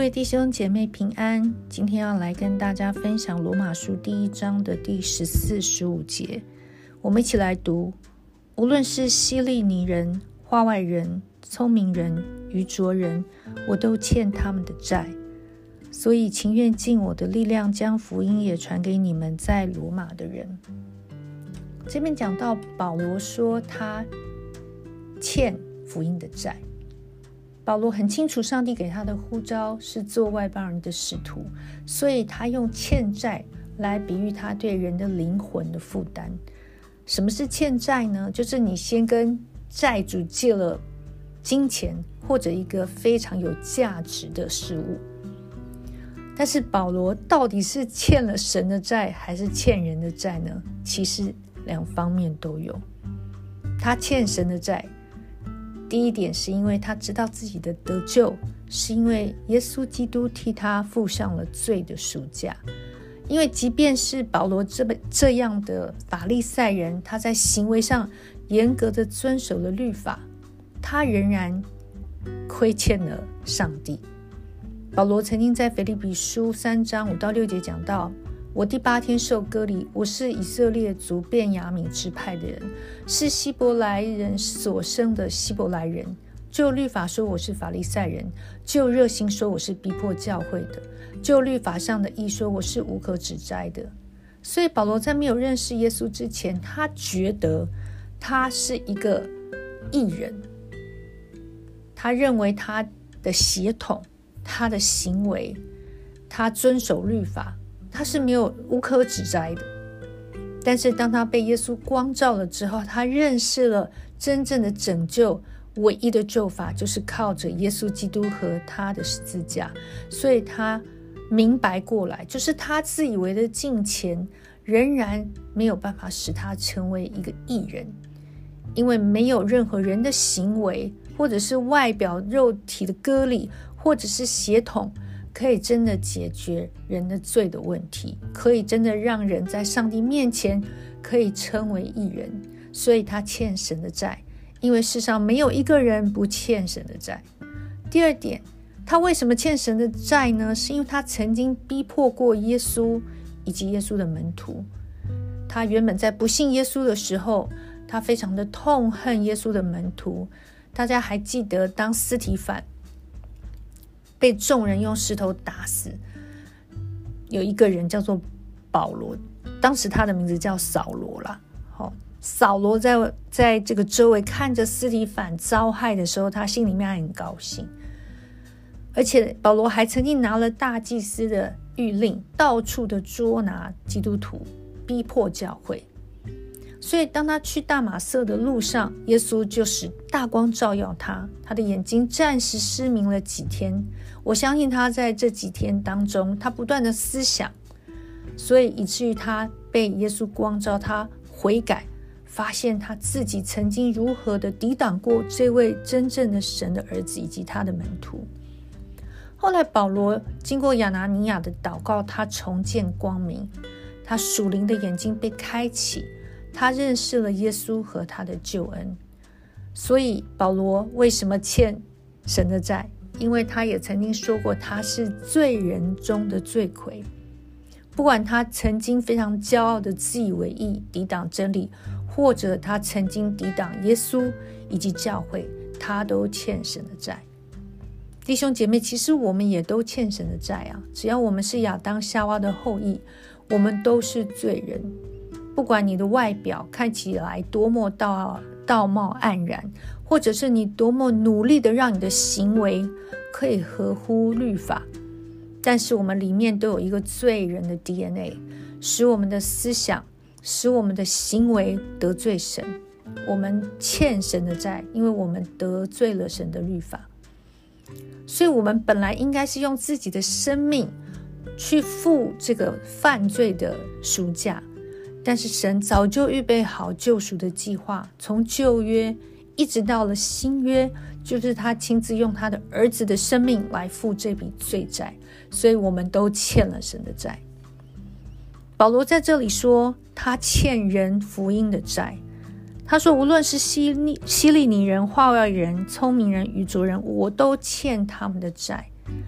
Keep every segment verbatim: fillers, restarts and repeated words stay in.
位弟兄姐妹平安，今天要来跟大家分享罗马书第一章的第十四、十五节，我们一起来读。无论是希利尼人、化外人、聪明人、愚拙人，我都欠他们的债，所以情愿尽我的力量，将福音也传给你们在罗马的人。这边讲到保罗说他欠福音的债，保罗很清楚上帝给他的呼召是做外邦人的使徒，所以他用欠债来比喻他对人的灵魂的负担。什么是欠债呢？就是你先跟债主借了金钱或者一个非常有价值的事物。但是保罗到底是欠了神的债还是欠人的债呢？其实两方面都有。他欠神的债，第一点是因为他知道自己的得救是因为耶稣基督替他付上了罪的赎价。因为即便是保罗 这, 这样的法利赛人，他在行为上严格的遵守了律法，他仍然亏欠了上帝。保罗曾经在腓立比书三章五到六节讲到，我第八天受割礼，我是以色列族便雅悯支派的人，是希伯来人所生的希伯来人。就律法说我是法利赛人，就热心说我是逼迫教会的，就律法上的义说我是无可指摘的。所以保罗在没有认识耶稣之前，他觉得他是一个义人，他认为他的血统、他的行为、他遵守律法，他是没有无可指摘的。但是当他被耶稣光照了之后，他认识了真正的拯救，唯一的救法就是靠着耶稣基督和他的十字架。所以他明白过来，就是他自以为的敬虔仍然没有办法使他成为一个义人，因为没有任何人的行为或者是外表肉体的割礼或者是血统可以真的解决人的罪的问题，可以真的让人在上帝面前可以称为义人。所以他欠神的债，因为世上没有一个人不欠神的债。第二点，他为什么欠神的债呢？是因为他曾经逼迫过耶稣以及耶稣的门徒。他原本在不信耶稣的时候，他非常的痛恨耶稣的门徒。大家还记得当司提反被众人用石头打死，有一个人叫做保罗，当时他的名字叫扫罗啦。好，扫罗 在, 在这个周围看着司提反遭害的时候，他心里面还很高兴。而且保罗还曾经拿了大祭司的谕令，到处的捉拿基督徒，逼迫教会。所以当他去大马色的路上，耶稣就使大光照耀他，他的眼睛暂时失明了几天。我相信他在这几天当中，他不断的思想，所以以至于他被耶稣光照，他悔改，发现他自己曾经如何的抵挡过这位真正的神的儿子以及他的门徒。后来保罗经过亚拿尼亚的祷告，他重见光明，他属灵的眼睛被开启，他认识了耶稣和他的救恩。所以保罗为什么欠神的债？因为他也曾经说过他是罪人中的罪魁。不管他曾经非常骄傲的自以为义，抵挡真理，或者他曾经抵挡耶稣以及教会，他都欠神的债。弟兄姐妹，其实我们也都欠神的债啊！只要我们是亚当夏娃的后裔，我们都是罪人。不管你的外表看起来多么道道貌岸然，或者是你多么努力的让你的行为可以合乎律法，但是我们里面都有一个罪人的 D N A， 使我们的思想，使我们的行为得罪神。我们欠神的债，因为我们得罪了神的律法。所以我们本来应该是用自己的生命去付这个犯罪的赎价，但是神早就预备好救赎的计划，从旧约一直到了新约，就是他亲自用他的儿子的生命来付这笔罪债。所以我们都欠了神的债。保罗在这里说他欠人福音的债，他说无论是希利希利尼人、化外人、聪明人、愚拙人，我都欠他们的债。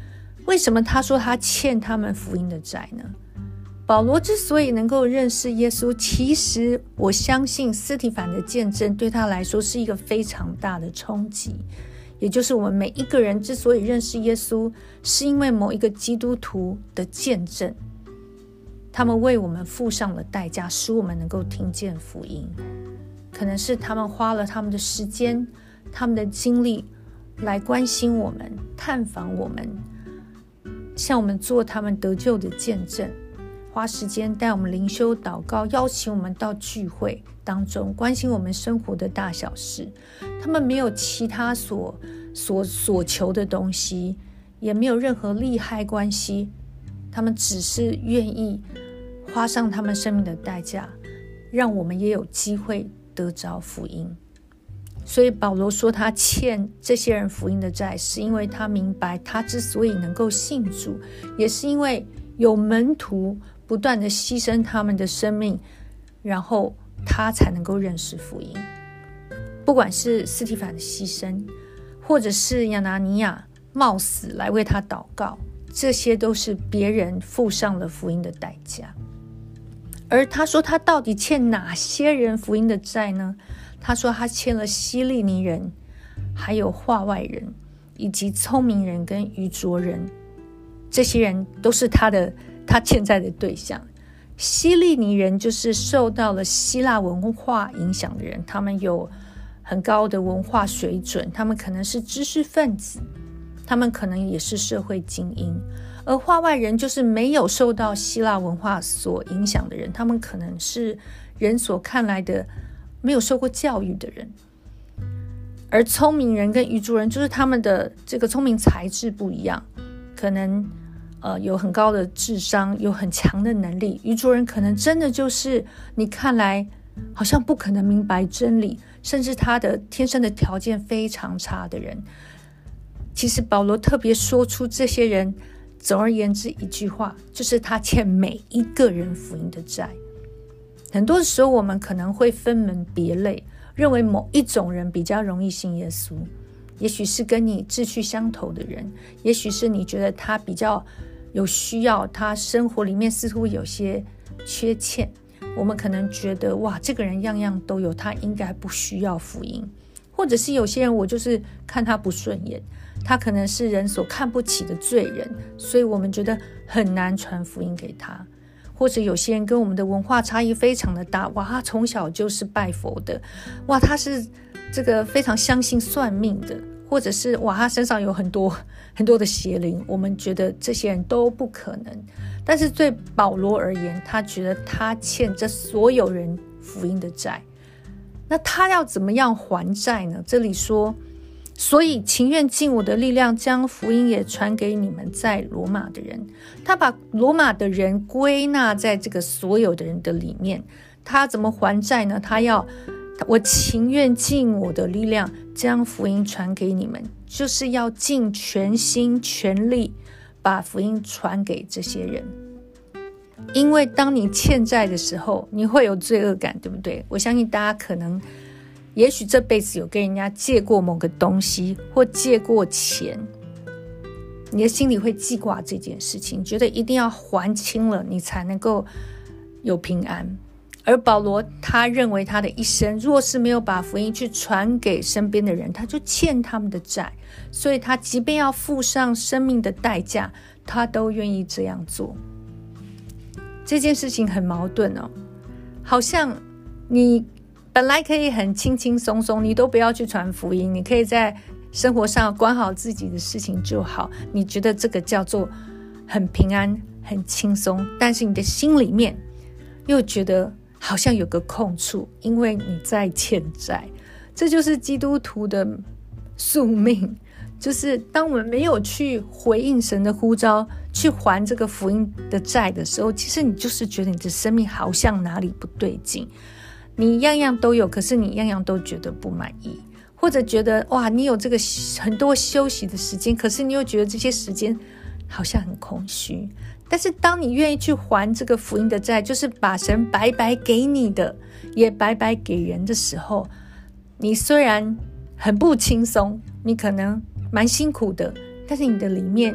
为什么他说他欠他们福音的债呢？保罗之所以能够认识耶稣，其实我相信司提反的见证对他来说是一个非常大的冲击，也就是我们每一个人之所以认识耶稣，是因为某一个基督徒的见证，他们为我们付上了代价，使我们能够听见福音。可能是他们花了他们的时间，他们的精力来关心我们，探访我们，向我们做他们得救的见证，花时间带我们灵修祷告，邀请我们到聚会当中，关心我们生活的大小事。他们没有其他所所所求的东西，也没有任何利害关系，他们只是愿意花上他们生命的代价，让我们也有机会得着福音。所以保罗说他欠这些人福音的债，是因为他明白他之所以能够信主，也是因为有门徒不断的牺牲他们的生命，然后他才能够认识福音。不管是司提反的牺牲，或者是亚拿尼亚冒死来为他祷告，这些都是别人付上了福音的代价。而他说他到底欠哪些人福音的债呢？他说他欠了希利尼人，还有化外人，以及聪明人跟愚拙人，这些人都是他的他欠债的对象。希利尼人就是受到了希腊文化影响的人，他们有很高的文化水准，他们可能是知识分子，他们可能也是社会精英。而化外人就是没有受到希腊文化所影响的人，他们可能是人所看来的没有受过教育的人。而聪明人跟愚拙人就是他们的这个聪明才智不一样，可能呃有很高的智商，有很强的能力。愚拙人可能真的就是你看来好像不可能明白真理，甚至他的天生的条件非常差的人。其实保罗特别说出这些人，总而言之一句话，就是他欠每一个人福音的债。很多时候我们可能会分门别类，认为某一种人比较容易信耶稣，也许是跟你志趣相投的人，也许是你觉得他比较有需要，他生活里面似乎有些缺欠，我们可能觉得哇，这个人样样都有，他应该不需要福音。或者是有些人我就是看他不顺眼，他可能是人所看不起的罪人，所以我们觉得很难传福音给他。或者有些人跟我们的文化差异非常的大，哇，他从小就是拜佛的，哇，他是这个非常相信算命的，或者是哇，他身上有很多很多的邪灵，我们觉得这些人都不可能。但是对保罗而言，他觉得他欠这所有人福音的债。那他要怎么样还债呢？这里说，所以情愿尽我的力量，将福音也传给你们在罗马的人。他把罗马的人归纳在这个所有的人的里面。他怎么还债呢？他要我情愿尽我的力量，将福音传给你们，就是要尽全心全力把福音传给这些人。因为当你欠债的时候，你会有罪恶感，对不对？我相信大家可能也许这辈子有跟人家借过某个东西，或借过钱，你的心里会记挂这件事情，觉得一定要还清了你才能够有平安。而保罗他认为他的一生若是没有把福音去传给身边的人，他就欠他们的债，所以他即便要付上生命的代价，他都愿意这样做。这件事情很矛盾哦，好像你本来可以很轻轻松松，你都不要去传福音，你可以在生活上管好自己的事情就好，你觉得这个叫做很平安很轻松，但是你的心里面又觉得好像有个空处，因为你在欠债。这就是基督徒的宿命，就是当我们没有去回应神的呼召，去还这个福音的债的时候，其实你就是觉得你的生命好像哪里不对劲，你样样都有，可是你样样都觉得不满意，或者觉得哇，你有这个很多休息的时间，可是你又觉得这些时间好像很空虚。但是当你愿意去还这个福音的债，就是把神白白给你的也白白给人的时候，你虽然很不轻松，你可能蛮辛苦的，但是你的里面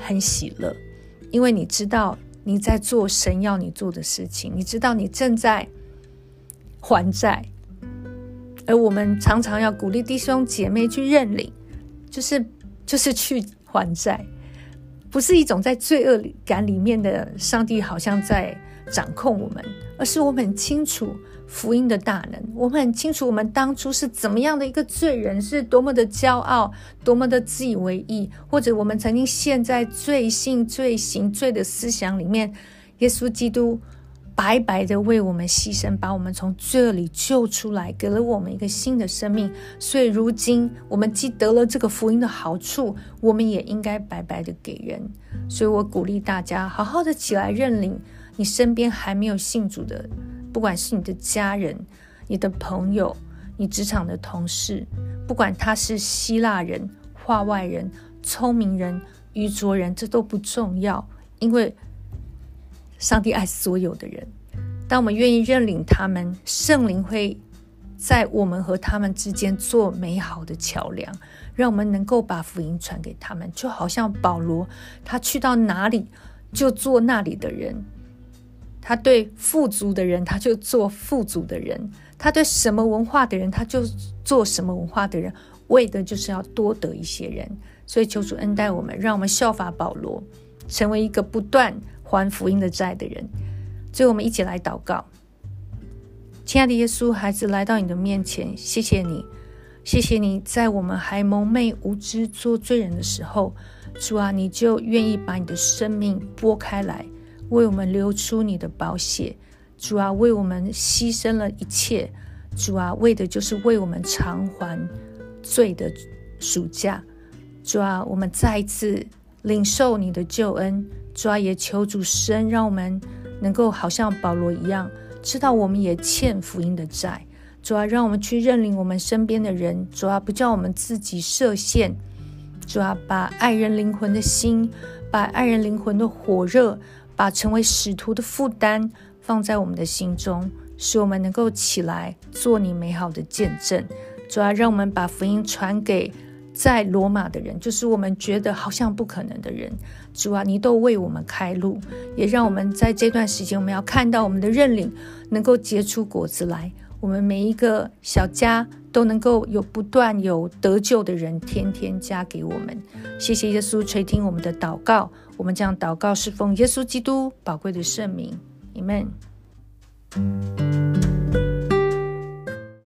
很喜乐，因为你知道你在做神要你做的事情，你知道你正在还债。而我们常常要鼓励弟兄姐妹去认领，就是就是去还债，不是一种在罪恶感里面的上帝好像在掌控我们，而是我们很清楚福音的大能，我们很清楚我们当初是怎么样的一个罪人，是多么的骄傲，多么的自以为意，或者我们曾经陷在罪性、罪行、罪的思想里面，耶稣基督白白的为我们牺牲，把我们从罪恶里救出来，给了我们一个新的生命。所以如今我们既得了这个福音的好处，我们也应该白白的给人。所以我鼓励大家好好的起来认领你身边还没有信主的，不管是你的家人、你的朋友、你职场的同事，不管他是希腊人、化外人、聪明人、愚拙人，这都不重要，因为上帝爱所有的人。当我们愿意认领他们，圣灵会在我们和他们之间做美好的桥梁，让我们能够把福音传给他们。就好像保罗，他去到哪里就做那里的人，他对富足的人他就做富足的人，他对什么文化的人他就做什么文化的人，为的就是要多得一些人。所以求主恩待我们，让我们效法保罗，成为一个不断还福音的债的人。最后我们一起来祷告。亲爱的耶稣，孩子来到你的面前，谢谢你，谢谢你在我们还蒙昧无知做罪人的时候，主啊，你就愿意把你的生命拨开来，为我们流出你的宝血。主啊，为我们牺牲了一切，主啊，为的就是为我们偿还罪的赎价。主啊，我们再一次领受你的救恩。主啊，也求主施恩，让我们能够好像保罗一样，知道我们也欠福音的债。主啊，让我们去认领我们身边的人。主啊，不叫我们自己设限。主啊，把爱人灵魂的心，把爱人灵魂的火热，把成为使徒的负担放在我们的心中，使我们能够起来做你美好的见证。主啊，让我们把福音传给在罗马的人，就是我们觉得好像不可能的人。主啊，你都为我们开路，也让我们在这段时间，我们要看到我们的认领能够结出果子来，我们每一个小家都能够有不断有得救的人天天加给我们。谢谢耶稣垂听我们的祷告，我们这样祷告是奉耶稣基督宝贵的圣名，阿们。